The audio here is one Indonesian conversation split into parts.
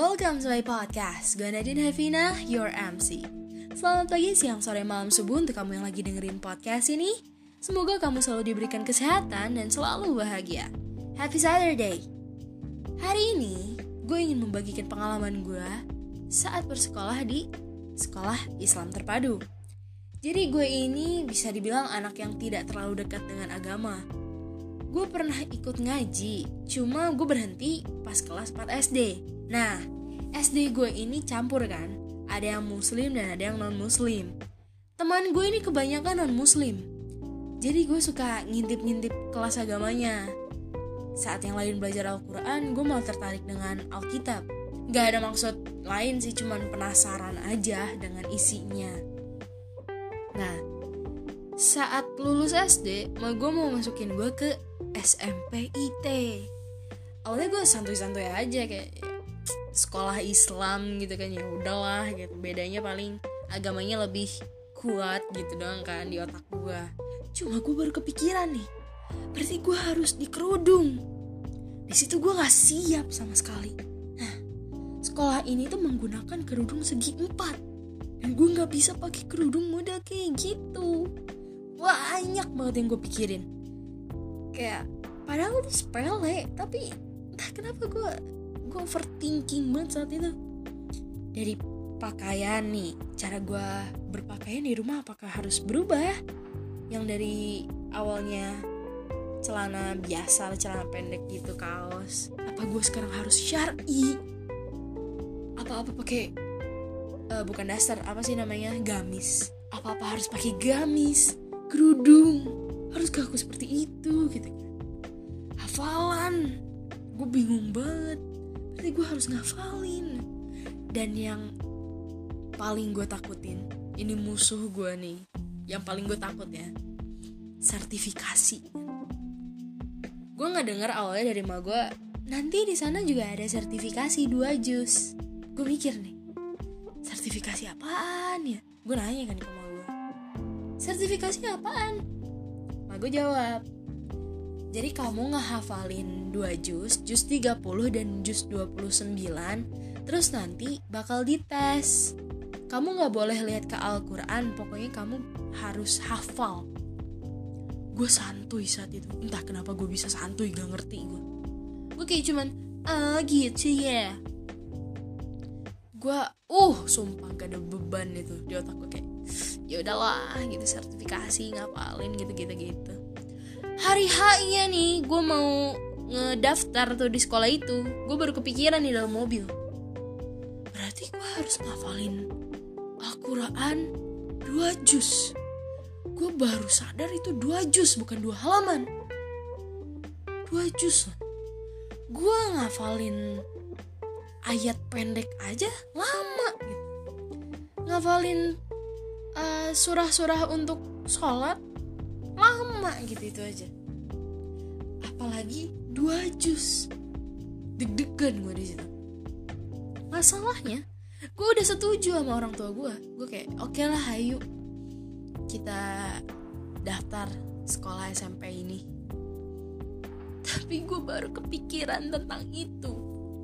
welcome to my podcast. Gue Nadine Havina, your MC. Selamat pagi, siang, sore, malam, subuh untuk kamu yang lagi dengerin podcast ini. Semoga kamu selalu diberikan kesehatan dan selalu bahagia. Happy Saturday. Hari ini, gue ingin membagikan pengalaman gue saat bersekolah di Sekolah Islam Terpadu. Jadi gue ini bisa dibilang anak yang tidak terlalu dekat dengan agama. Gue pernah ikut ngaji, cuma gue berhenti pas kelas 4 SD. Nah, SD gue ini campur kan, ada yang muslim dan ada yang non-muslim. Teman gue ini kebanyakan non-muslim, jadi gue suka ngintip-ngintip kelas agamanya. Saat yang lain belajar Al-Quran, gue malah tertarik dengan Alkitab. Gak ada maksud lain sih, cuman penasaran aja dengan isinya. Nah, saat lulus SD, gue mau masukin gue ke SMP IT. Awalnya gue santuy-santuy aja, kayak sekolah Islam gitu kan, ya udahlah gitu. Bedanya paling agamanya lebih kuat gitu doang kan di otak gue. Cuma gue baru kepikiran nih, berarti gue harus dikerudung. Di situ gue nggak siap sama sekali. Nah, sekolah ini tuh menggunakan kerudung segi 4, dan gue nggak bisa pakai kerudung model kayak gitu. Banyak banget yang gue pikirin. Kayak padahal itu sepele, tapi entah kenapa gue overthinking banget saat itu. Dari pakaian nih, cara gue berpakaian di rumah apakah harus berubah? Yang dari awalnya celana biasa, celana pendek gitu, kaos, apa gue sekarang harus syar'i? Apa pakai bukan dasar, apa sih namanya, gamis? Apa harus pakai gamis, kerudung? Haruskah aku seperti itu gitu? Hafalan, gue bingung banget. Berarti gue harus ngafalin. Dan yang paling gue takutin, ini musuh gue nih, yang paling gue takut ya, sertifikasi. Gue nggak dengar awalnya dari emak gue, nanti di sana juga ada sertifikasi 2 juz. Gue mikir nih, sertifikasi apaan ya? Gue nanya kan ke emak gue, sertifikasi apaan? Emak gue jawab, jadi kamu ngehafalin 2 juz 30 dan juz 29, terus nanti bakal dites. Kamu gak boleh lihat ke Al-Quran, pokoknya kamu harus hafal. Gue santuy saat itu, entah kenapa gue bisa santuy, gak ngerti gue. Gue kayak cuman, gitu ya. Gue, sumpah gak ada beban itu di otak gue, kayak ya udahlah gitu, sertifikasi ngapalin gitu. Hari H-nya nih, gue mau ngedaftar tuh di sekolah itu, gue baru kepikiran di dalam mobil, berarti gue harus ngafalin Al-Quran 2 juz. Gue baru sadar itu 2 juz, bukan 2 halaman, 2 juz. Gue ngafalin ayat pendek aja lama gitu. Ngafalin surah-surah untuk sholat lama gitu, itu aja. Apalagi 2 juz. Deg-degan gue di situ. Masalahnya, gue udah setuju sama orang tua gue. Gue kayak, oke lah, ayo kita daftar sekolah SMP ini. Tapi gue baru kepikiran tentang itu.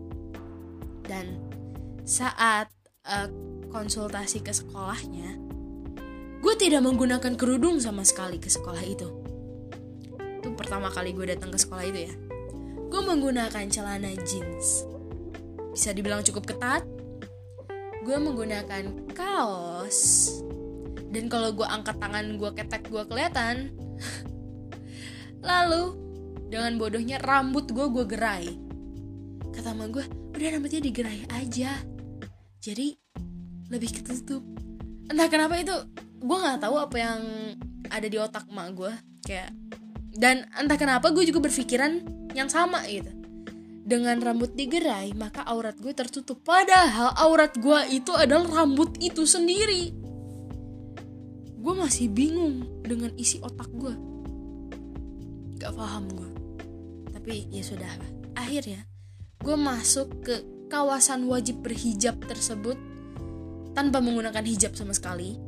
Dan saat konsultasi ke sekolahnya, gue tidak menggunakan kerudung sama sekali ke sekolah itu. Itu pertama kali gue datang ke sekolah itu ya. Gue menggunakan celana jeans, bisa dibilang cukup ketat. Gue menggunakan kaos, dan kalau gue angkat tangan gue ketek gue kelihatan. Lalu dengan bodohnya rambut gue gerai. Kata emak gue, udah rambutnya digerai aja, jadi lebih ketutup. Entah kenapa itu, gue nggak tahu apa yang ada di otak emak gue, kayak, dan entah kenapa gue juga berpikiran yang sama gitu. Dengan rambut digerai, maka aurat gue tertutup. Padahal aurat gue itu adalah rambut itu sendiri. Gue masih bingung dengan isi otak gue, gak paham gue. Tapi ya sudah lah. Akhirnya gue masuk ke kawasan wajib berhijab tersebut tanpa menggunakan hijab sama sekali.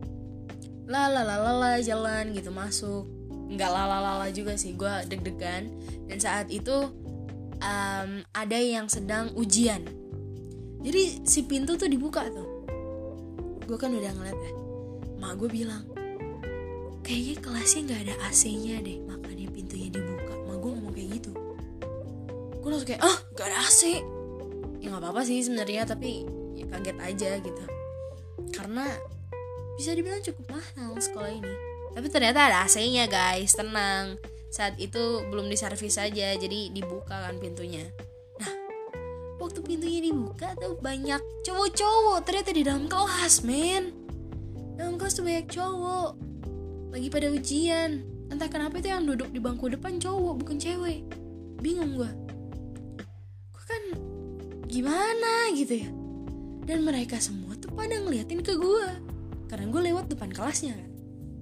Jalan gitu masuk. Nggak lala juga sih, gue deg-degan. Dan saat itu ada yang sedang ujian. Jadi si pintu tuh dibuka tuh. Gue kan udah ngeliat ya. Mak gue bilang, kayaknya kelasnya gak ada AC-nya deh, makanya pintunya dibuka. Mak gue ngomong kayak gitu. Gue langsung kayak, gak ada AC. Ya gak apa-apa sih sebenarnya, tapi ya kaget aja gitu. Karena bisa dibilang cukup mahal sekolah ini. Tapi ternyata ada AC-nya guys, tenang. Saat itu belum diservis aja, jadi dibuka kan pintunya. Nah, waktu pintunya dibuka tuh banyak cowok-cowok ternyata di dalam kelas, men. Dalam kelas tuh banyak cowok lagi pada ujian. Entah kenapa itu yang duduk di bangku depan cowok, bukan cewek. Bingung gue kan gimana gitu ya. Dan mereka semua tuh pada ngeliatin ke gue, karena gue lewat depan kelasnya kan.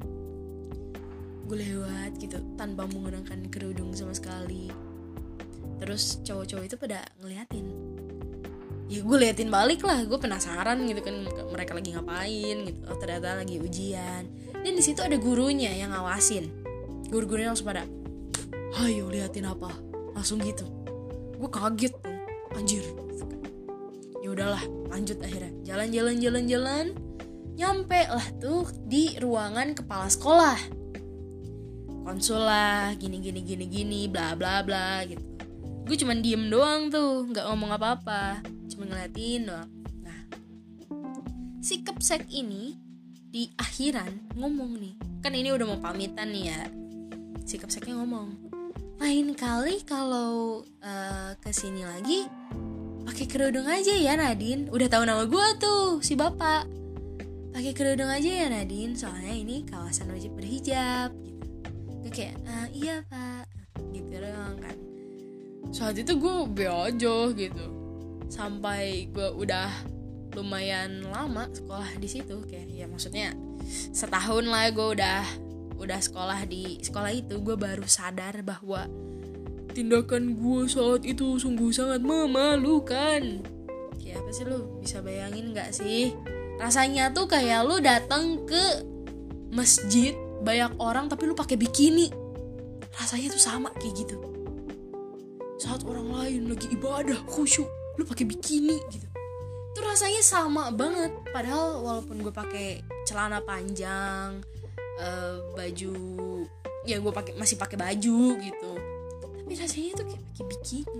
Gue lewat gitu tanpa menggunakan kerudung sama sekali. Terus cowok-cowok itu pada ngeliatin. Ya gue liatin balik lah, gue penasaran gitu kan mereka lagi ngapain gitu. Oh ternyata lagi ujian. Dan di situ ada gurunya yang ngawasin. Guru-gurunya langsung pada, "Hayo liatin apa?" Langsung gitu. Gue kaget tuh, anjir. Ya udahlah, lanjut akhirnya. Jalan. Nyampe lah tuh di ruangan kepala sekolah. Konsul lah, gini, bla bla bla gitu. Gue cuman diem doang tuh, nggak ngomong apa-apa, cuma ngeliatin doang. Nah, si Kepsek ini di akhiran ngomong nih, kan ini udah mau pamitan nih ya. Si Kepseknya ngomong, lain kali kalau kesini lagi pakai kerudung aja ya Nadine. Udah tahu nama gue tuh si bapak. Pakai kerudung aja ya Nadine, soalnya ini kawasan wajib berhijab. Gue kayak, iya pak, gitu doang kan. Saat itu gue be aja gitu. Sampai gue udah lumayan lama sekolah di situ, kayak ya maksudnya setahun lah gue udah sekolah di sekolah itu. Gue baru sadar bahwa tindakan gue saat itu sungguh sangat memalukan. Kayak apa sih, lu bisa bayangin gak sih? Rasanya tuh kayak lu datang ke masjid banyak orang tapi lu pakai bikini. Rasanya tuh sama kayak gitu. Saat orang lain lagi ibadah khusyuk, lu pakai bikini gitu. Itu rasanya sama banget. Padahal walaupun gue pakai celana panjang, baju, ya gue masih pakai baju gitu, tapi rasanya tuh kayak pakai bikini.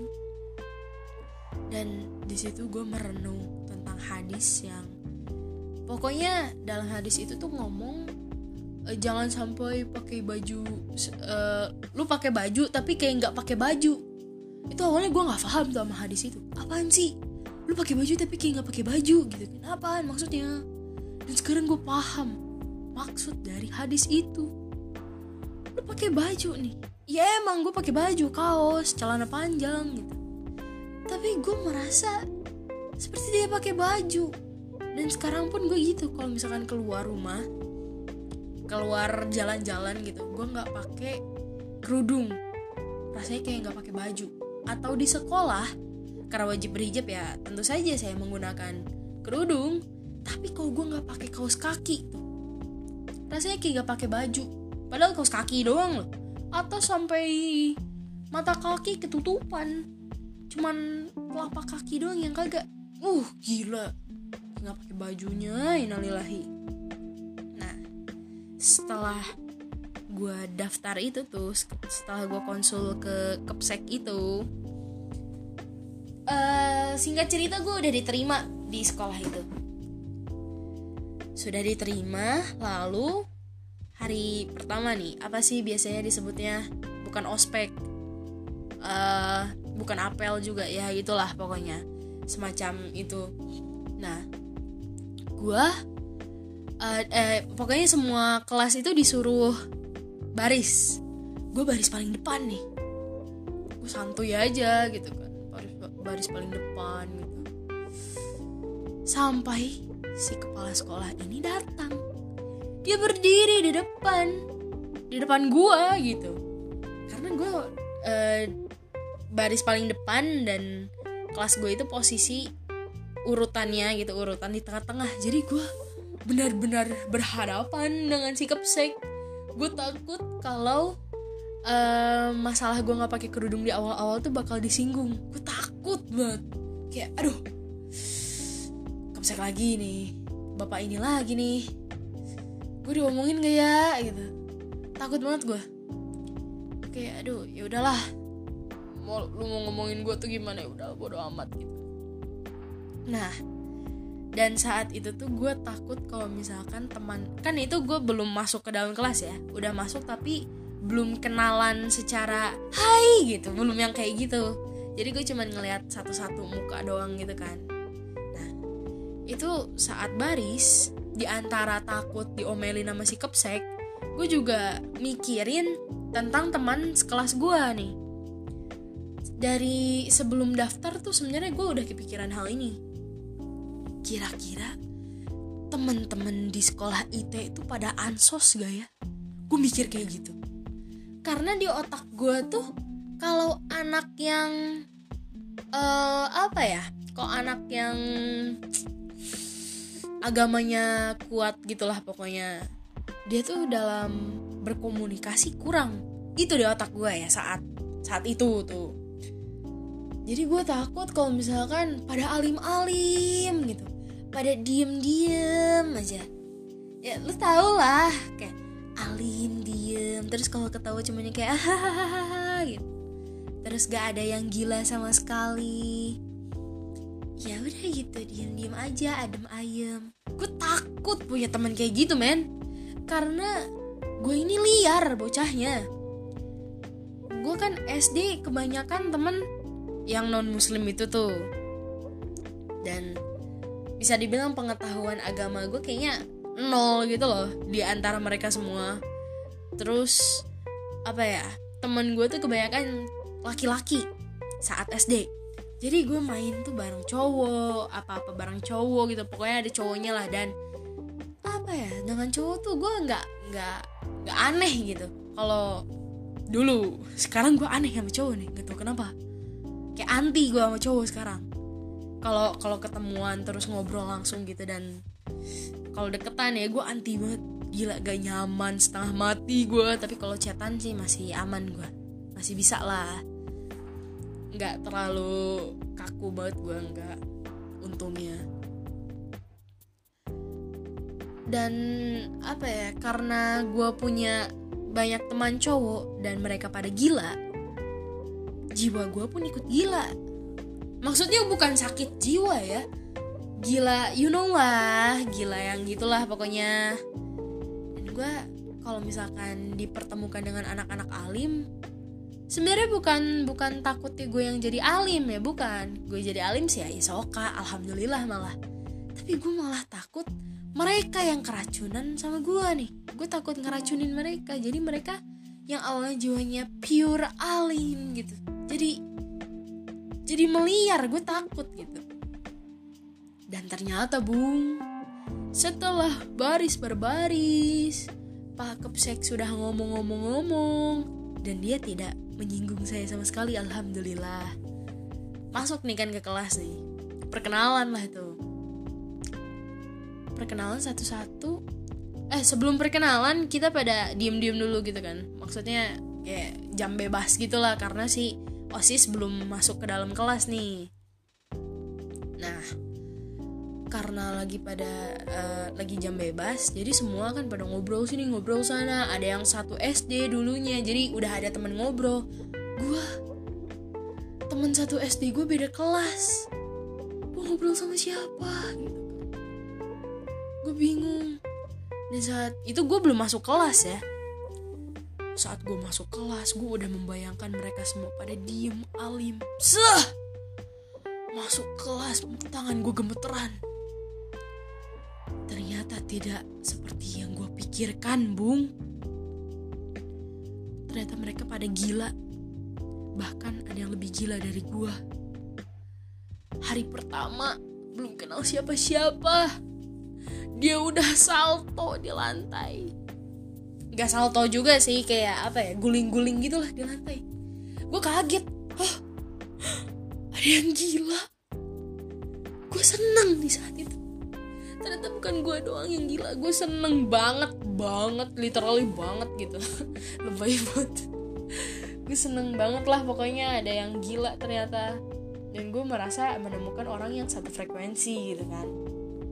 Dan di situ gue merenung tentang hadis yang pokoknya dalam hadis itu tuh ngomong, jangan sampai pakai baju, lu pakai baju tapi kayak nggak pakai baju. Itu awalnya gue nggak paham tuh sama hadis itu. Apaan sih? Lu pakai baju tapi kayak nggak pakai baju gitu kan? Apaan maksudnya? Dan sekarang gue paham maksud dari hadis itu. Lu pakai baju nih. Ya emang gue pakai baju, kaos, celana panjang gitu. Tapi gue merasa seperti dia pakai baju. Dan sekarang pun gue gitu, kalau misalkan keluar rumah, keluar jalan-jalan gitu, gue nggak pakai kerudung, rasanya kayak nggak pakai baju. Atau di sekolah, karena wajib berhijab ya, tentu saja saya menggunakan kerudung. Tapi kalau gue nggak pakai kaos kaki, rasanya kayak nggak pakai baju. Padahal kaos kaki doang loh. Atau sampai mata kaki ketutupan, cuman telapak kaki doang yang kagak. Gila, nggak pakai bajunya, innalillahi. Nah, setelah gue daftar itu tuh, setelah gue konsul ke Kepsek itu, singkat cerita gue udah diterima di sekolah itu. Sudah diterima, lalu hari pertama nih, apa sih biasanya disebutnya, bukan ospek, bukan apel juga ya, itulah pokoknya semacam itu. Nah, gue pokoknya semua kelas itu disuruh baris. Gue baris paling depan nih. Gue santuy aja gitu kan, baris paling depan gitu. Sampai si kepala sekolah ini datang. Dia berdiri di depan gue gitu. Karena gue baris paling depan dan kelas gue itu posisi urutannya gitu, urutan di tengah-tengah. Jadi gue benar-benar berhadapan dengan si Kepsek. Gue takut kalau masalah gue nggak pakai kerudung di awal-awal tuh bakal disinggung. Gue takut banget, kayak aduh, Kapsek lagi nih, bapak ini lagi nih, gue diomongin gak ya gitu. Takut banget gue, kayak aduh ya udahlah, lu mau ngomongin gue tuh gimana, ya udah bodo amat gitu. Nah, dan saat itu tuh gue takut kalau misalkan teman, kan itu gue belum masuk ke dalam kelas ya, udah masuk tapi belum kenalan secara hai gitu, belum yang kayak gitu. Jadi gue cuman ngeliat satu-satu muka doang gitu kan. Nah, itu saat baris, di antara takut diomelin sama si Kapsek, gue juga mikirin tentang teman sekelas gue nih. Dari sebelum daftar tuh sebenarnya gue udah kepikiran hal ini. Kira-kira temen-temen di sekolah IT itu pada ansos gak ya? Gue mikir kayak gitu. Karena di otak gue tuh, kalau anak yang kalau anak yang agamanya kuat gitulah pokoknya, dia tuh dalam berkomunikasi kurang. Itu di otak gue ya saat itu tuh. Jadi gue takut kalau misalkan pada alim-alim gitu, pada diem-diem aja. Ya lu tau lah, kayak alim diem, terus kalau ketawa cuman kayak hahaha gitu. Terus gak ada yang gila sama sekali. Ya udah gitu, diem-diem aja, adem ayem. Gue takut punya teman kayak gitu men, karena gue ini liar bocahnya. Gue kan SD kebanyakan temen yang non muslim itu tuh, dan bisa dibilang pengetahuan agama gue kayaknya 0 gitu loh di antara mereka semua. Terus temen gue tuh kebanyakan laki-laki saat SD. Jadi gue main tuh bareng cowok, apa-apa bareng cowok gitu, pokoknya ada cowoknya lah. Dan dengan cowok tuh gue nggak aneh gitu kalau dulu. Sekarang gue aneh sama cowok nih, nggak tahu kenapa. Kayak anti gue sama cowok sekarang. Kalau ketemuan terus ngobrol langsung gitu, dan kalau deketan ya gue anti banget. Gila, gak nyaman setengah mati gue. Tapi kalau chatan sih masih aman gue, masih bisa lah, nggak terlalu kaku banget gue, nggak, untungnya. Dan karena gue punya banyak teman cowok dan mereka pada gila, jiwa gue pun ikut gila. Maksudnya bukan sakit jiwa ya, gila you know lah, gila yang gitulah pokoknya. Dan gue kalau misalkan dipertemukan dengan anak-anak alim, sebenarnya bukan takutnya gue yang jadi alim ya, bukan. Gue jadi alim sih ya isoka, alhamdulillah malah. Tapi gue malah takut mereka yang keracunan sama gue nih. Gue takut ngeracunin mereka. Jadi mereka yang awalnya jiwanya pure alim gitu, jadi meliar, gue takut gitu. Dan ternyata bung, setelah baris berbaris, Pak Kapsek sudah ngomong-ngomong dan dia tidak menyinggung saya sama sekali, alhamdulillah. Masuk nih kan ke kelas nih, perkenalan lah itu. Perkenalan satu-satu. Sebelum perkenalan kita pada diem-diem dulu gitu kan. Maksudnya kayak jam bebas gitulah, karena si OSIS belum masuk ke dalam kelas nih. Nah, karena lagi jam bebas, jadi semua kan pada ngobrol sini ngobrol sana. Ada yang satu SD dulunya, jadi udah ada temen ngobrol. Gue temen satu SD gue beda kelas, gue ngobrol sama siapa gitu. Gue bingung. Dan saat itu gue belum masuk kelas ya. Saat gue masuk kelas, gue udah membayangkan mereka semua pada diem alim. Masuk kelas, tangan gue gemeteran. Ternyata tidak seperti yang gue pikirkan, bung. Ternyata mereka pada gila. Bahkan ada yang lebih gila dari gue. Hari pertama belum kenal siapa-siapa, dia udah salto di lantai. Gak salto juga sih, kayak guling-guling gitu lah di lantai. Gue kaget, ada yang gila. Gue seneng di saat itu. Ternyata bukan gue doang yang gila. Gue seneng banget, literally banget gitu. Lebay banget. Gue seneng banget lah pokoknya ada yang gila ternyata. Dan gue merasa menemukan orang yang satu frekuensi gitu kan.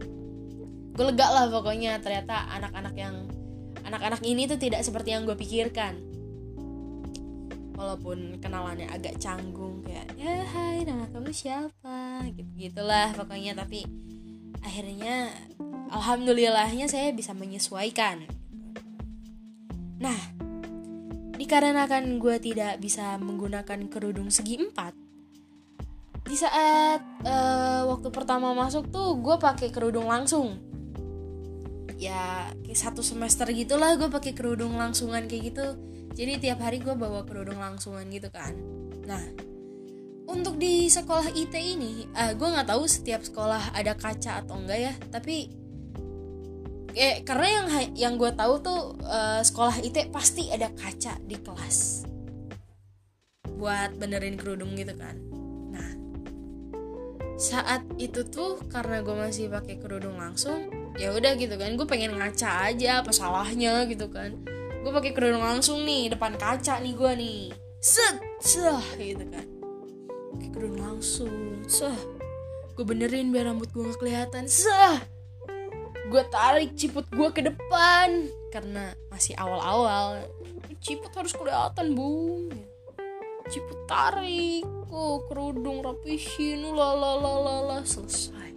gue lega lah pokoknya. Ternyata anak-anak ini tuh tidak seperti yang gue pikirkan. Walaupun kenalannya agak canggung, kayak ya hai nama kamu siapa, gitulah pokoknya. Tapi akhirnya alhamdulillahnya saya bisa menyesuaikan. Nah, dikarenakan gue tidak bisa menggunakan kerudung segi 4, di saat waktu pertama masuk tuh gue pakai kerudung langsung. Ya 1 semester gitulah gue pakai kerudung langsungan kayak gitu. Jadi tiap hari gue bawa kerudung langsungan gitu kan. Nah, untuk di sekolah IT ini, gue nggak tahu setiap sekolah ada kaca atau enggak ya. Tapi karena yang gue tahu tuh sekolah IT pasti ada kaca di kelas buat benerin kerudung gitu kan. Nah, saat itu tuh karena gue masih pakai kerudung langsung, ya udah gitu kan, gue pengen ngaca aja, apa salahnya gitu kan. Gue pakai kerudung langsung nih, depan kaca nih gue nih, gitu kan, pakai kerudung langsung, gue benerin biar rambut gue nggak kelihatan, gue tarik ciput gue ke depan karena masih awal-awal, ciput harus kelihatan bung, ciput tarik, kerudung rapihin, lalalala, selesai.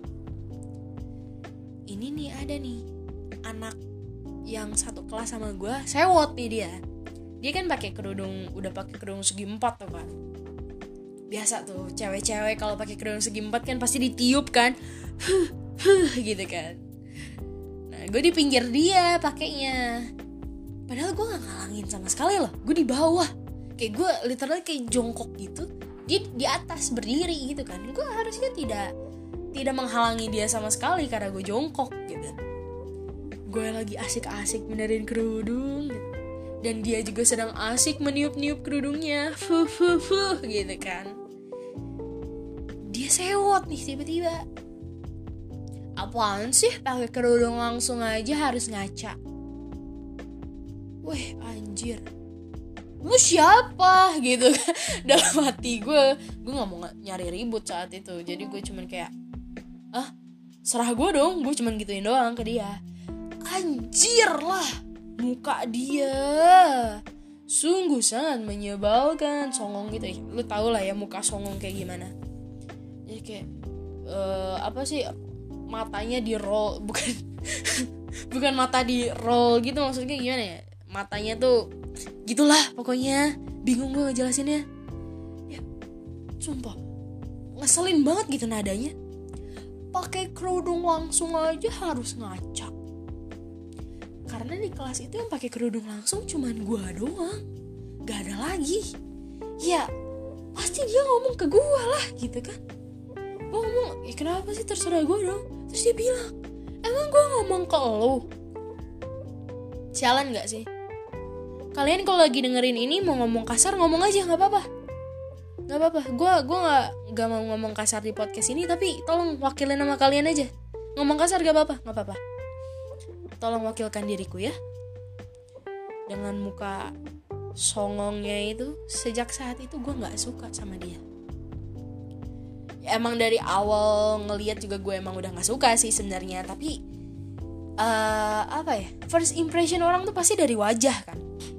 Ini nih ada nih anak yang satu kelas sama gue, sewot nih dia kan pakai kerudung, udah pakai kerudung segi 4 tuh kan. Biasa tuh cewek-cewek kalau pakai kerudung segi 4 kan pasti ditiup kan, gitu kan. Nah, gue di pinggir dia pakainya, padahal gue nggak ngalangin sama sekali loh, gue di bawah, kayak gue literally kayak jongkok gitu, dia di atas berdiri gitu kan. Gue harusnya tidak menghalangi dia sama sekali karena gue jongkok gitu. Gue lagi asik-asik benerin kerudung gitu. Dan dia juga sedang asik meniup-niup kerudungnya, gitu kan. Dia sewot nih tiba-tiba. Apaan sih pakai kerudung langsung aja harus ngaca? Weh anjir, lu siapa gitu kan. Dalam hati gue gak mau nyari ribut saat itu. Jadi gue cuman kayak serah gue dong, gue cuman gituin doang ke dia. Anjir lah, muka dia sungguh sangat menyebalkan, songong gitu. Lu tau lah ya muka songong kayak gimana. Jadi kayak apa sih, matanya di roll, bukan mata di roll gitu, maksudnya gimana ya, matanya tuh gitulah pokoknya. Bingung gue ngejelasinnya ya, sumpah ngeselin banget gitu nadanya. Pakai kerudung langsung aja harus ngaca. Karena di kelas itu yang pakai kerudung langsung cuman gue doang, gak ada lagi. Ya pasti dia ngomong ke gue lah gitu kan. Gue ngomong, ya kenapa sih, terserah gue dong. Terus dia bilang, emang gue ngomong ke lo? Sialan gak sih? Kalian kalau lagi dengerin ini mau ngomong kasar ngomong aja, gak apa-apa. Gak apa-apa, gue gak mau ngomong kasar di podcast ini. Tapi tolong wakilin nama kalian aja. Ngomong kasar gak apa-apa. Tolong wakilkan diriku ya. Dengan muka songongnya itu, sejak saat itu gue gak suka sama dia. Ya, emang dari awal ngelihat juga gue emang udah gak suka sih sebenarnya. Tapi apa ya, first impression orang tuh pasti dari wajah kan.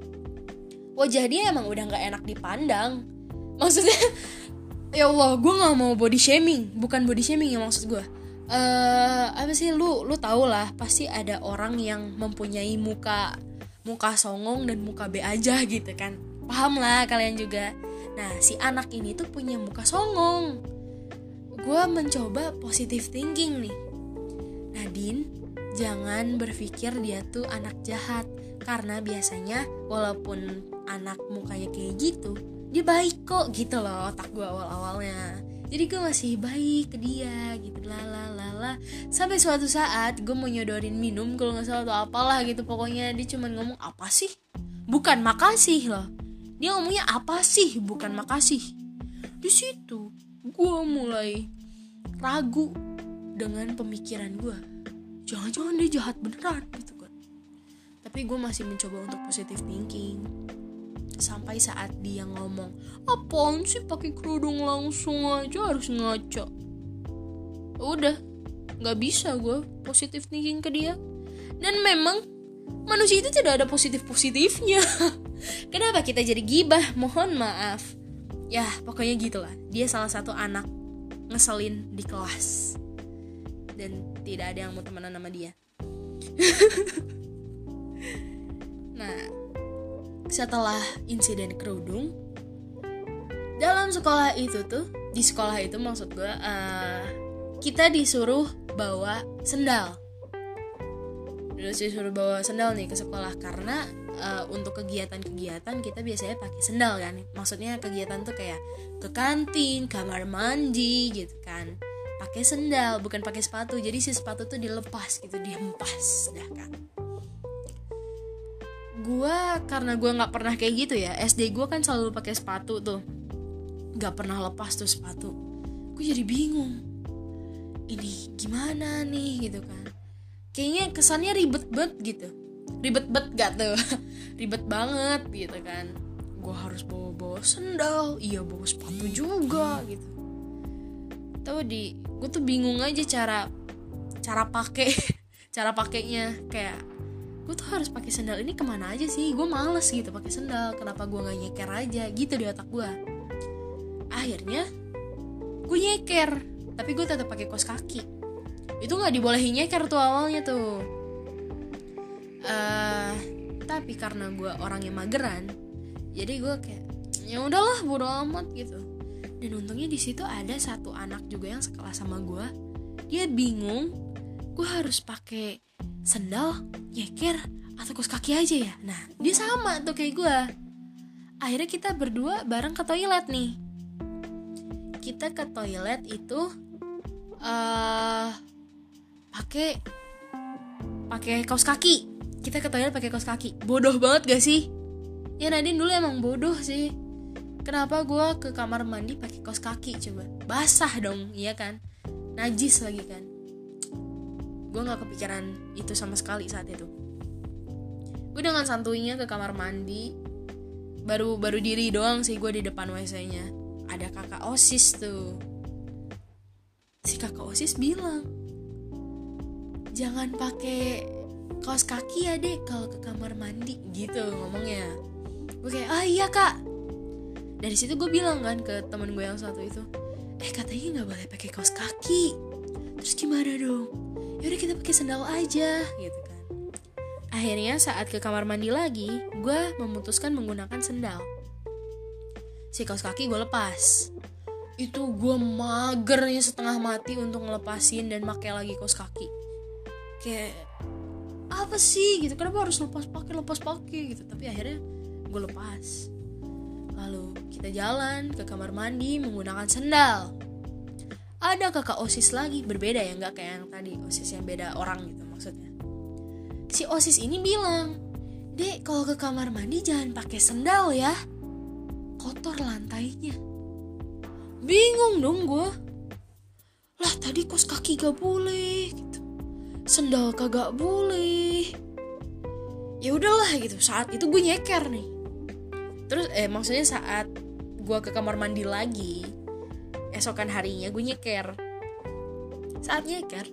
Wajah dia emang udah gak enak dipandang. Maksudnya ya Allah, gue gak mau body shaming. Bukan body shaming ya maksud gue. Apa sih, lu tau lah, pasti ada orang yang mempunyai muka songong dan muka B aja gitu kan. Paham lah kalian juga. Nah, si anak ini tuh punya muka songong. Gue mencoba positive thinking nih. Nadine, jangan berpikir dia tuh anak jahat. Karena biasanya walaupun anak mukanya kayak gitu, dia baik kok gitu loh otak gue awal-awalnya. Jadi gue masih baik ke dia gitu, lalalala. Sampai suatu saat gue mau nyodorin minum kalau nggak salah atau apalah gitu. Pokoknya dia cuma ngomong apa sih, bukan makasih loh. Dia ngomongnya apa sih, bukan makasih. Di situ gue mulai ragu dengan pemikiran gue. Jangan-jangan dia jahat beneran gitu kan. Tapi gue masih mencoba untuk positive thinking. Sampai saat dia ngomong, apaan sih pakai kerudung langsung aja harus ngaca. Udah, Gak bisa gue positive thinking ke dia. Dan memang manusia itu tidak ada positif-positifnya. Kenapa kita jadi gibah? Mohon maaf. Ya pokoknya gitulah. Dia salah satu anak ngeselin di kelas. Dan tidak ada yang mau temenan sama dia. Nah, setelah insiden kerudung, dalam sekolah itu tuh, di sekolah itu maksud gue, kita disuruh bawa sendal. Disuruh bawa sendal nih ke sekolah karena untuk kegiatan-kegiatan kita biasanya pakai sendal kan. Maksudnya kegiatan tuh kayak ke kantin, kamar mandi gitu kan. Pakai sendal, bukan pakai sepatu. Jadi si sepatu tuh dilepas gitu, dihempas dah kan. Karena gue nggak pernah kayak gitu ya. SD gue kan selalu pakai sepatu tuh, nggak pernah lepas tuh sepatu. Gue jadi bingung. Ini gimana nih gitu kan. Kayaknya kesannya ribet banget gitu. Ribet banget gak tuh? Ribet banget gitu kan. Gue harus bawa sendal, iya bawa sepatu juga gitu. Gue tuh bingung aja cara pakainya. Kayak gue tuh harus pakai sendal ini kemana aja sih? Gue males gitu pakai sendal. Kenapa gue nggak nyeker aja gitu di otak gue? Akhirnya gue nyeker, tapi gue tetap pakai kaos kaki. Itu nggak dibolehin nyeker tuh awalnya tuh. Tapi karena gue orangnya mageran, jadi gue kayak ya udahlah bodo amat gitu. Dan untungnya di situ ada satu anak juga yang sekelas sama gue. Dia bingung, gue harus pakai sendal, nyeker, atau kaos kaki aja ya. Nah dia sama tuh kayak gue. Akhirnya kita berdua bareng ke toilet nih. Kita ke toilet itu pakai kaos kaki. Kita ke toilet pakai kaos kaki. Bodoh banget gak sih? Ya Nadine dulu emang bodoh sih. Kenapa gue ke kamar mandi pakai kaos kaki coba? Basah dong, iya kan? Najis lagi kan? Gue nggak kepikiran itu sama sekali saat itu. Gue dengan santuinya ke kamar mandi. Baru diri doang sih gue di depan WC-nya. Ada kakak OSIS tuh. Si kakak OSIS bilang, jangan pakai kaos kaki ya dek kalau ke kamar mandi gitu ngomongnya. Gue kayak iya kak. Dari situ gue bilang kan ke temen gue yang satu itu, katanya nggak boleh pakai kaos kaki. Terus gimana dong? Yaudah kita pakai sandal aja gitu kan. Akhirnya saat ke kamar mandi lagi, gue memutuskan menggunakan sendal. Si kaos kaki gue lepas. Itu gue magernya setengah mati untuk ngelepasin dan pakai lagi kaos kaki. Kayak apa sih gitu, kenapa harus lepas pakai gitu. Tapi akhirnya gue lepas. Lalu kita jalan ke kamar mandi menggunakan sendal. Ada kakak OSIS lagi, berbeda ya, nggak kayak yang tadi OSIS yang beda orang gitu maksudnya. Si OSIS ini bilang, dek kalau ke kamar mandi jangan pakai sendal ya, kotor lantainya. Bingung dong gue. Lah tadi kaos kaki gak boleh gitu, sendal kagak boleh. Ya udahlah gitu. Saat itu gue nyeker nih. Terus maksudnya saat gue ke kamar mandi lagi, esokan harinya gue nyeker. Saat nyeker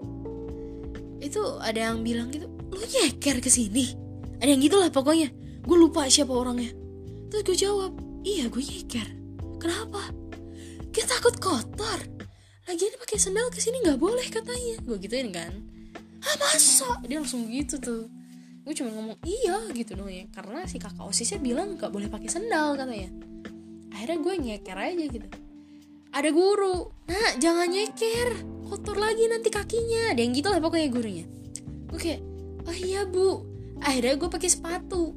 itu ada yang bilang gitu, lu nyeker kesini? Ada yang gitulah pokoknya. Gue lupa siapa orangnya. Terus gue jawab, iya gue nyeker. Kenapa? Dia takut kotor. Lagian pakai sendal kesini nggak boleh katanya. Gue gituin kan. Masa? Dia langsung gitu tuh. Gue cuma ngomong iya gitu dong ya, karena si kakak OSISnya bilang nggak boleh pakai sendal katanya. Akhirnya gue nyeker aja gitu. Ada guru, nah jangan nyeker, kotor lagi nanti kakinya. Ada yang gitu lah pokoknya gurunya. Gue kayak, oh iya bu. Akhirnya gue pakai sepatu.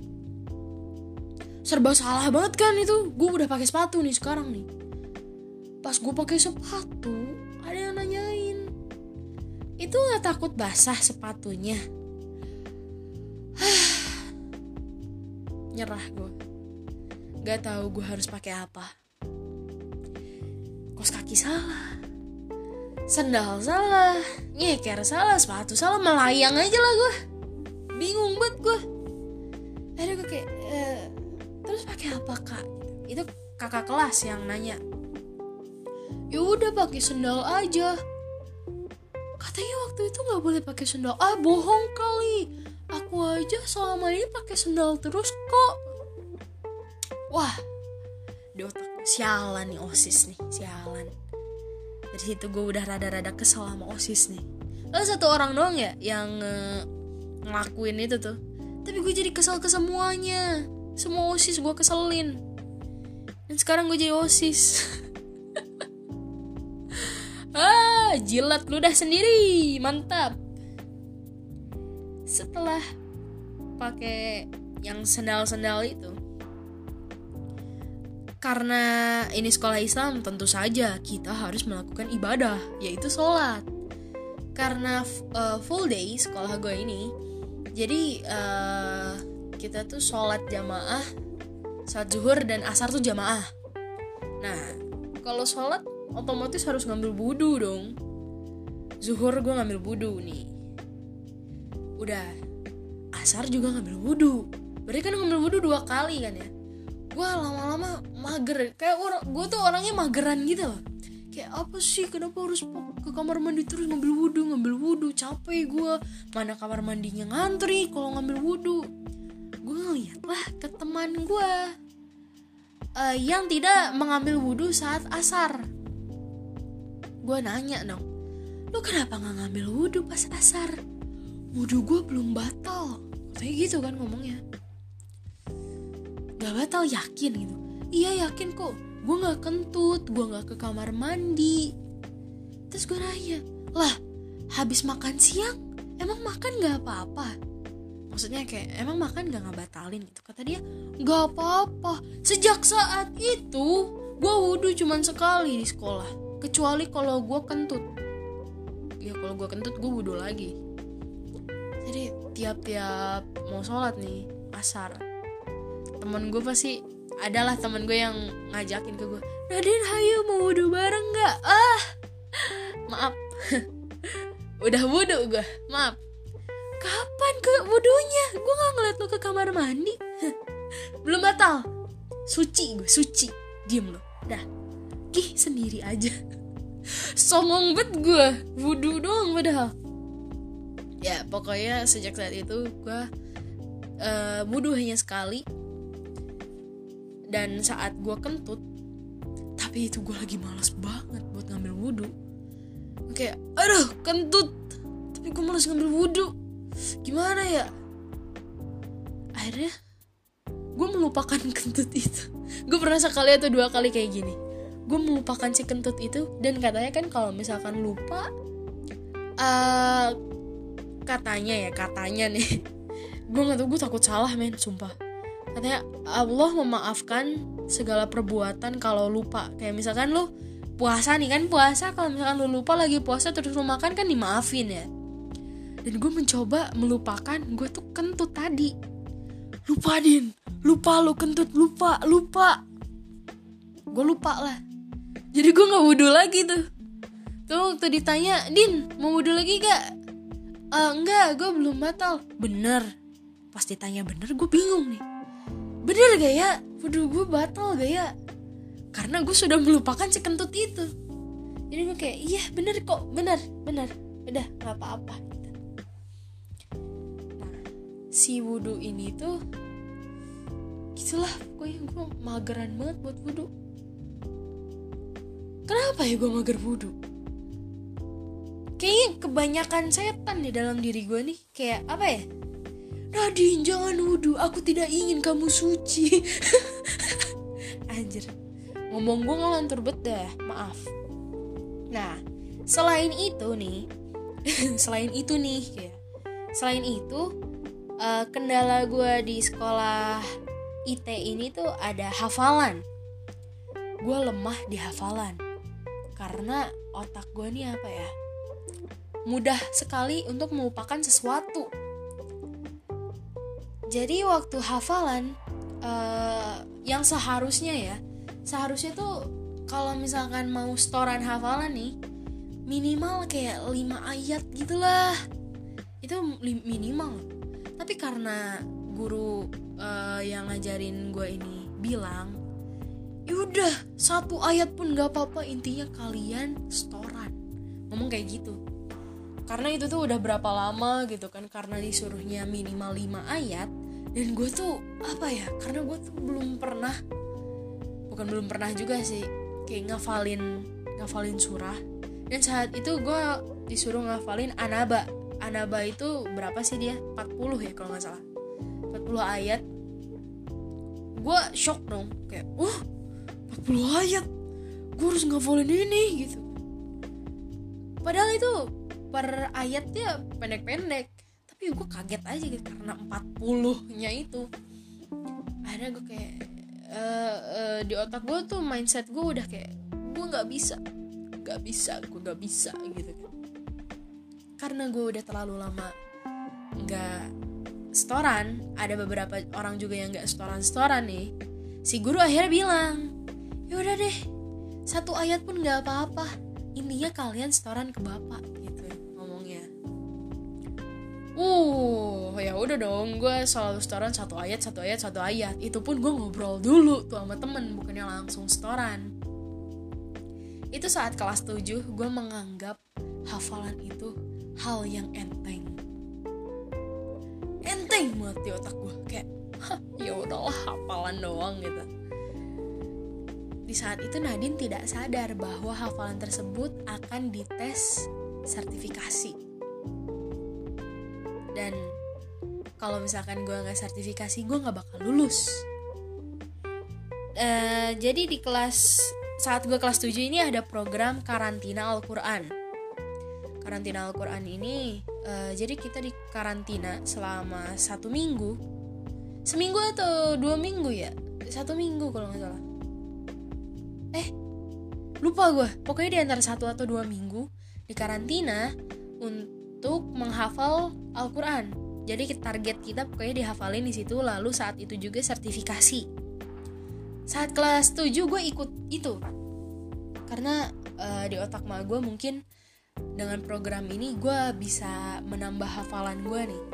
Serba salah banget kan itu. Gue udah pakai sepatu nih sekarang nih. Pas gue pakai sepatu, ada yang nanyain, itu nggak takut basah sepatunya? Nyerah gue. Gak tahu gue harus pakai apa. Kaos kaki salah, sendal salah, nyeker salah, sepatu salah, melayang aja lah gue. Bingung banget gue. Akhirnya gue kayak, terus pakai apa kak? Itu kakak kelas yang nanya. Ya udah pakai sendal aja. Katanya waktu itu gak boleh pakai sendal. Bohong kali. Aku aja selama ini pakai sendal terus kok. Wah, di otak sialan nih OSIS nih, sialan. Dari situ gue udah rada-rada kesel sama OSIS nih. Lalu satu orang doang ya yang ngelakuin itu tuh. Tapi gue jadi kesel ke semuanya. Semua OSIS gue keselin. Dan sekarang gue jadi OSIS. Jilat ludah sendiri, mantap. Setelah pakai yang sendal-sendal itu, karena ini sekolah Islam, tentu saja kita harus melakukan ibadah, yaitu sholat. Karena full day sekolah gue ini, jadi kita tuh sholat jamaah, saat zuhur dan asar tuh jamaah. Nah, kalau sholat otomatis harus ngambil wudu dong. Zuhur gue ngambil wudu nih. Udah, asar juga ngambil wudu. Berarti kan ngambil wudu 2 kali kan ya. Gue lama-lama mager. Kayak gue tuh orangnya mageran gitu loh. Kayak apa sih, kenapa harus ke kamar mandi terus ngambil wudu. Capek gue. Mana kamar mandinya ngantri kalau ngambil wudu. Gue ngeliat lah ke teman gue yang tidak mengambil wudu saat asar. Gue nanya dong, lu kenapa gak ngambil wudu pas asar? Wudu gue belum batal. Kayak gitu kan ngomongnya. Gak batal, yakin gitu? Iya yakin kok, gue gak kentut, gue gak ke kamar mandi. Terus gue nanya, lah habis makan siang emang makan gak apa-apa? Maksudnya kayak emang makan gak ngebatalin gitu. Kata dia, gak apa-apa. Sejak saat itu gue wudu cuma sekali di sekolah, kecuali kalau gue kentut. Ya kalau gue kentut gue wudu lagi. Jadi tiap-tiap mau sholat nih asar, temen gue pasti adalah temen gue yang ngajakin ke gue, Nadine hayu mau wudu bareng gak? Maaf. Udah wudu gue, maaf. Kapan ke wudunya? Gue gak ngeliat lo ke kamar mandi. Belum batal. Suci gue, suci. Diem lo, dah. Gih sendiri aja. Songong bet gue, wudu doang padahal. Ya pokoknya sejak saat itu gue wudu hanya sekali. Dan saat gue kentut, tapi itu gue lagi malas banget buat ngambil wudu. Kayak aduh kentut, tapi gue malas ngambil wudu. Gimana ya? Akhirnya gue melupakan kentut itu. Gue pernah sekali atau 2 kali kayak gini. Gue melupakan si kentut itu. Dan katanya kan kalau misalkan lupa, katanya nih, gue gak tau, gue takut salah men, sumpah. Katanya Allah memaafkan segala perbuatan kalau lupa. Kayak misalkan lu puasa nih kan, puasa kalau misalkan lu lupa lagi puasa terus lu makan kan dimaafin ya. Dan gue mencoba melupakan gue tuh kentut tadi. Lupa Din, lupa lu kentut, lupa. Gue lupa lah. Jadi gue gak wudu lagi tuh. Tuh waktu ditanya, Din mau wudu lagi gak? Enggak, gue belum batal. Bener. Pas ditanya bener, gue bingung nih. Bener gak ya? Wudu gue batal gak ya? Karena gue sudah melupakan si kentut itu. Jadi gue kayak, iya bener kok, bener. Udah, gak apa-apa gitu. Nah, si wudu ini tuh gitulah, pokoknya gue mageran banget buat wudu. Kenapa ya gue mager wudu? Kayaknya kebanyakan setan di dalam diri gue nih. Kayak apa ya? Nadine jangan wudu, aku tidak ingin kamu suci. Anjir, ngomong gue ngelantur bet dah, maaf. Nah, selain itu nih, kendala gue di sekolah IT ini tuh ada hafalan. Gue lemah di hafalan karena otak gue nih apa ya, mudah sekali untuk melupakan sesuatu. Jadi waktu hafalan yang seharusnya tuh kalau misalkan mau setoran hafalan nih minimal kayak 5 ayat gitulah. Itu minimal. Tapi karena guru yang ngajarin gue ini bilang, yaudah 1 ayat pun gak apa-apa, intinya kalian setoran. Ngomong kayak gitu. karena itu tuh udah berapa lama gitu kan, karena disuruhnya minimal 5 ayat. Dan gue tuh karena gue tuh belum pernah juga sih kayak ngafalin surah. Dan saat itu gue disuruh ngafalin Anaba itu berapa sih dia? 40 ya kalau gak salah, 40 ayat. Gue shock dong, kayak 40 ayat gue harus ngafalin ini gitu. Padahal itu per ayatnya pendek-pendek, tapi gue kaget aja gitu karena 40-nya itu. Akhirnya gue kayak di otak gue tuh mindset gue udah kayak gue nggak bisa gitu kan. Karena gue udah terlalu lama nggak setoran, ada beberapa orang juga yang nggak setoran nih. Si guru akhirnya bilang, ya udah deh, 1 ayat pun nggak apa-apa, intinya kalian setoran ke bapak gitu ngomongnya. Ya udah dong, gue selalu setoran 1 ayat. Itu pun gue ngobrol dulu tuh sama temen, bukannya langsung setoran. Itu saat kelas 7 gue menganggap hafalan itu hal yang enteng banget di otak gue, kayak ya udahlah hafalan doang gitu. Di saat itu Nadine tidak sadar bahwa hafalan tersebut akan dites sertifikasi. Dan kalau misalkan gue gak sertifikasi, gue gak bakal lulus. Jadi di saat gue kelas 7 ini ada program karantina Al-Quran. Karantina Al-Quran ini jadi kita di karantina selama 1 minggu. Seminggu atau 2 minggu ya? 1 minggu kalau gak salah. Lupa gue. Pokoknya di antara 1 atau 2 minggu di karantina untuk menghafal Al-Quran. Jadi target kita pokoknya dihafalin di situ, lalu saat itu juga sertifikasi. Saat kelas 7 gue ikut itu. Karena di otak mak gue mungkin dengan program ini gue bisa menambah hafalan gue nih.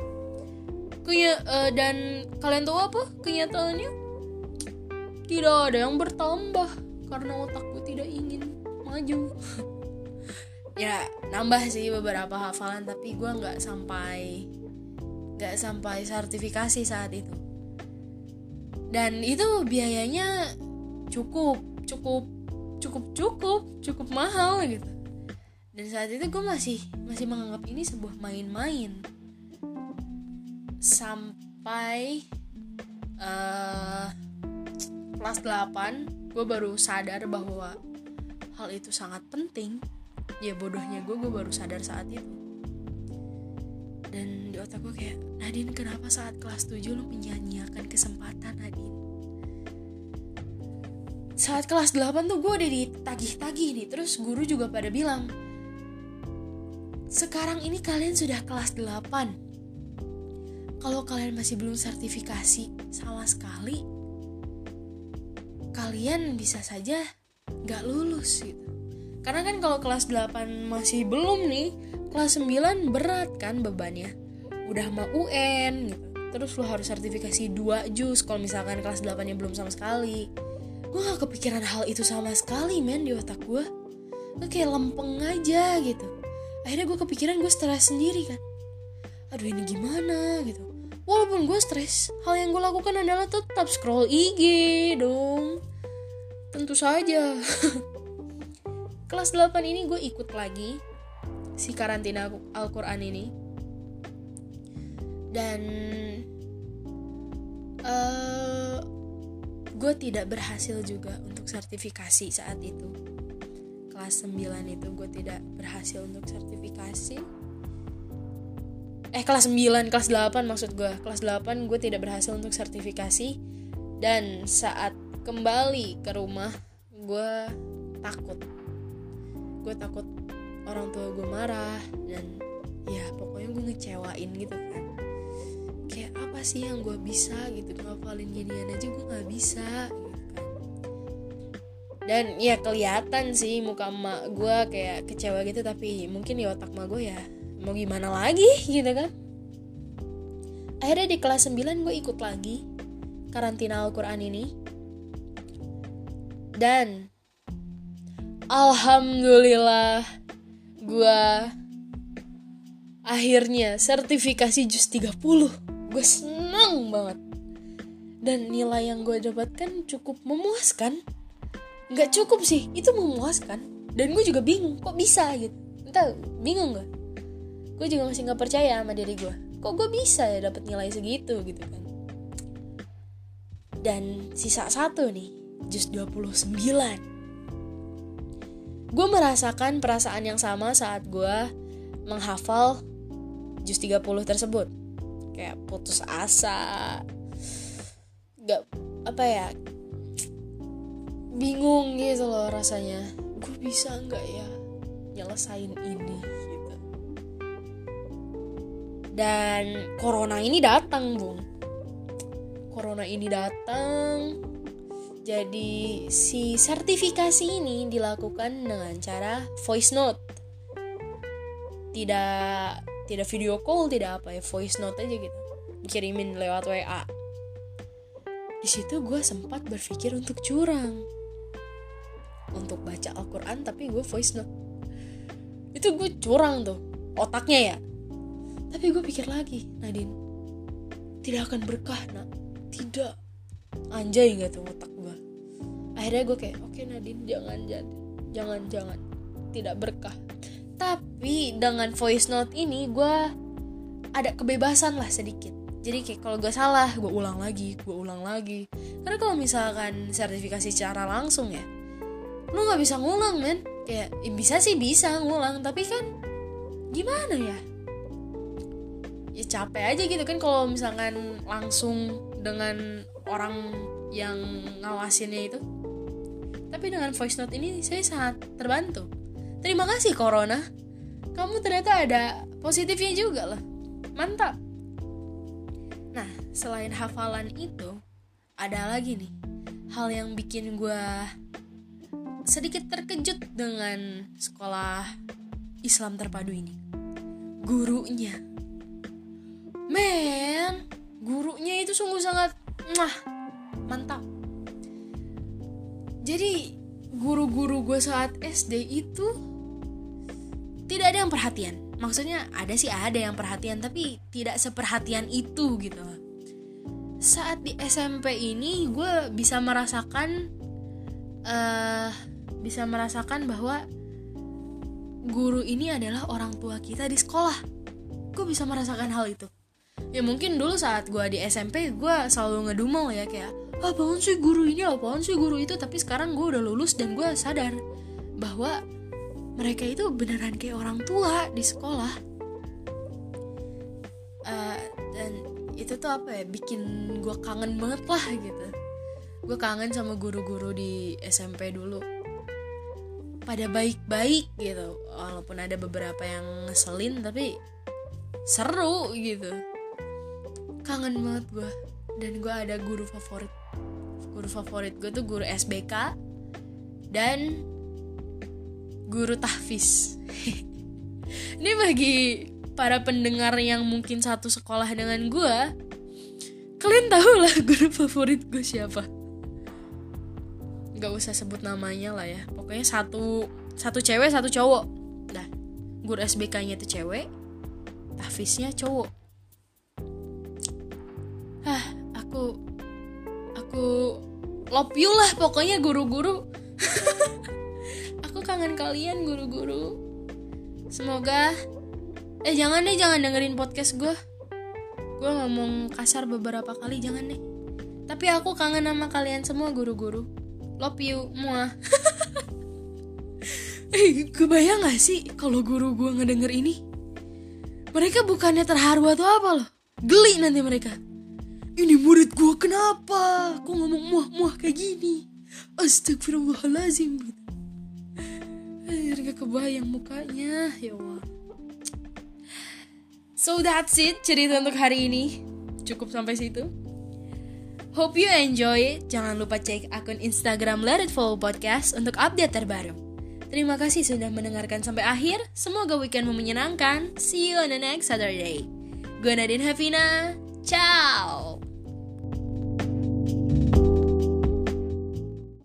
Dan kalian tahu apa kenyataannya? Tidak ada yang bertambah karena otak gue tidak ingin maju. Ya nambah sih beberapa hafalan, tapi gue nggak sampai sertifikasi saat itu. Dan itu biayanya cukup mahal gitu. Dan saat itu gue masih menganggap ini sebuah main-main. Sampai kelas 8 gue baru sadar bahwa hal itu sangat penting. Ya bodohnya gue baru sadar saat itu. Dan di otak gue kayak, Nadine, kenapa saat kelas 7 lu menyanyiakan kesempatan, Nadine? Saat kelas 8 tuh gue udah ditagih-tagih nih. Terus guru juga pada bilang, sekarang ini kalian sudah kelas 8. Kalau kalian masih belum sertifikasi sama sekali, kalian bisa saja gak lulus gitu. Karena kan kalau kelas 8 masih belum nih, kelas 9 berat kan bebannya. Udah mau UN gitu. Terus lo harus sertifikasi 2 juz kalau misalkan kelas 8-nya belum sama sekali. Gue gak kepikiran hal itu sama sekali men di otak gue. Kayak lempeng aja gitu. Akhirnya gue kepikiran gue stres sendiri kan. Aduh ini gimana gitu. Walaupun gue stres, hal yang gue lakukan adalah tetap scroll IG dong. Tentu saja. Kelas 8 ini gue ikut lagi si karantina Al-Quran ini. Dan gue tidak berhasil juga untuk sertifikasi saat itu. Kelas 9 itu gue tidak berhasil untuk sertifikasi. Kelas 9, kelas 8 maksud gue. Kelas 8 gue tidak berhasil untuk sertifikasi. Dan saat kembali ke rumah, gue takut orang tua gue marah. Dan ya pokoknya gue ngecewain gitu kan. Kayak apa sih yang gue bisa gitu, ngapalin ginian aja gue gak bisa gitu kan. Dan ya kelihatan sih muka emak gue kayak kecewa gitu. Tapi mungkin di otak emak gue ya mau gimana lagi gitu kan. Akhirnya di kelas 9 gue ikut lagi karantina Al-Quran ini. Dan alhamdulillah gue Akhirnya sertifikasi JUS 30. Gue seneng banget. Dan nilai yang gue dapatkan cukup memuaskan. Gak cukup sih, itu memuaskan. Dan gue juga bingung, kok bisa gitu. Entah, bingung gak? Gue juga masih gak percaya sama diri gue. Kok gue bisa ya dapet nilai segitu gitu kan. Dan sisa 1 nih, JUS 29. Gue merasakan perasaan yang sama saat gue menghafal JUS 30 tersebut. Kayak putus asa, gak bingung gitu loh rasanya. Gue bisa gak ya nyelesain ini gitu. Dan corona ini datang, Bung. Corona ini datang. Jadi si sertifikasi ini dilakukan dengan cara voice note. Tidak video call, tidak voice note aja gitu. Dikirimin lewat WA. Di situ gue sempat berpikir untuk curang. Untuk baca Al-Quran tapi gue voice note. Itu gue curang tuh, otaknya ya. Tapi gue pikir lagi, Nadine, tidak akan berkah, nak. Tidak. Anjay gak tuh otak gue. Akhirnya gue kayak, oke Nadine, jangan, tidak berkah. Tapi dengan voice note ini gue ada kebebasan lah sedikit. Jadi kayak kalau gue salah, gue ulang lagi. Karena kalau misalkan sertifikasi secara langsung ya, lu gak bisa ngulang, men. Kayak bisa ngulang, tapi kan gimana ya? Ya capek aja gitu kan kalau misalkan langsung dengan orang yang ngawasinnya itu. Tapi dengan voice note ini saya sangat terbantu. Terima kasih Corona. Kamu ternyata ada positifnya juga lah. Mantap. Nah, selain hafalan itu, ada lagi nih hal yang bikin gue sedikit terkejut dengan sekolah Islam terpadu ini. Gurunya. Men, gurunya itu sungguh sangat mantap. Jadi guru-guru gue saat SD itu tidak ada yang perhatian. Maksudnya ada yang perhatian, tapi tidak seperhatian itu gitu. Saat di SMP ini gue bisa merasakan bahwa guru ini adalah orang tua kita di sekolah. Gue bisa merasakan hal itu. Ya mungkin dulu saat gue di SMP gue selalu ngedumel ya, kayak apaan sih guru ini, apaan sih guru itu. Tapi sekarang gue udah lulus dan gue sadar bahwa mereka itu beneran kayak orang tua di sekolah. Dan itu tuh bikin gue kangen banget lah gitu. Gue kangen sama guru-guru di SMP dulu. Pada baik-baik gitu. Walaupun ada beberapa yang ngeselin, tapi seru gitu. Kangen banget gue. Dan gue ada guru favorit. Guru favorit gue tuh guru SBK dan guru tahfiz. Ini bagi para pendengar yang mungkin satu sekolah dengan gue, kalian tahu lah guru favorit gue siapa. Gak usah sebut namanya lah ya. Pokoknya satu cewek, satu cowok. Nah, guru SBK-nya itu cewek, tahfiznya cowok. Aku love you lah pokoknya guru-guru. Aku kangen kalian guru-guru. Semoga jangan dengerin podcast gue. Gue ngomong kasar beberapa kali, jangan deh. Tapi aku kangen sama kalian semua guru-guru. Love you, muah. Kebayang gak sih kalau guru gue ngedenger ini? Mereka bukannya terharu atau apa loh. Geli nanti mereka. Ini murid gue kenapa? Kok ngomong muah-muah kayak gini? Astagfirullahaladzim. Gak kebayang mukanya. Ya Allah. So that's it cerita untuk hari ini. Cukup sampai situ. Hope you enjoy it. Jangan lupa cek akun Instagram Let It Flow Podcast untuk update terbaru. Terima kasih sudah mendengarkan sampai akhir. Semoga weekendmu menyenangkan. See you on the next Saturday. Gue Nadine Havina. Ciao.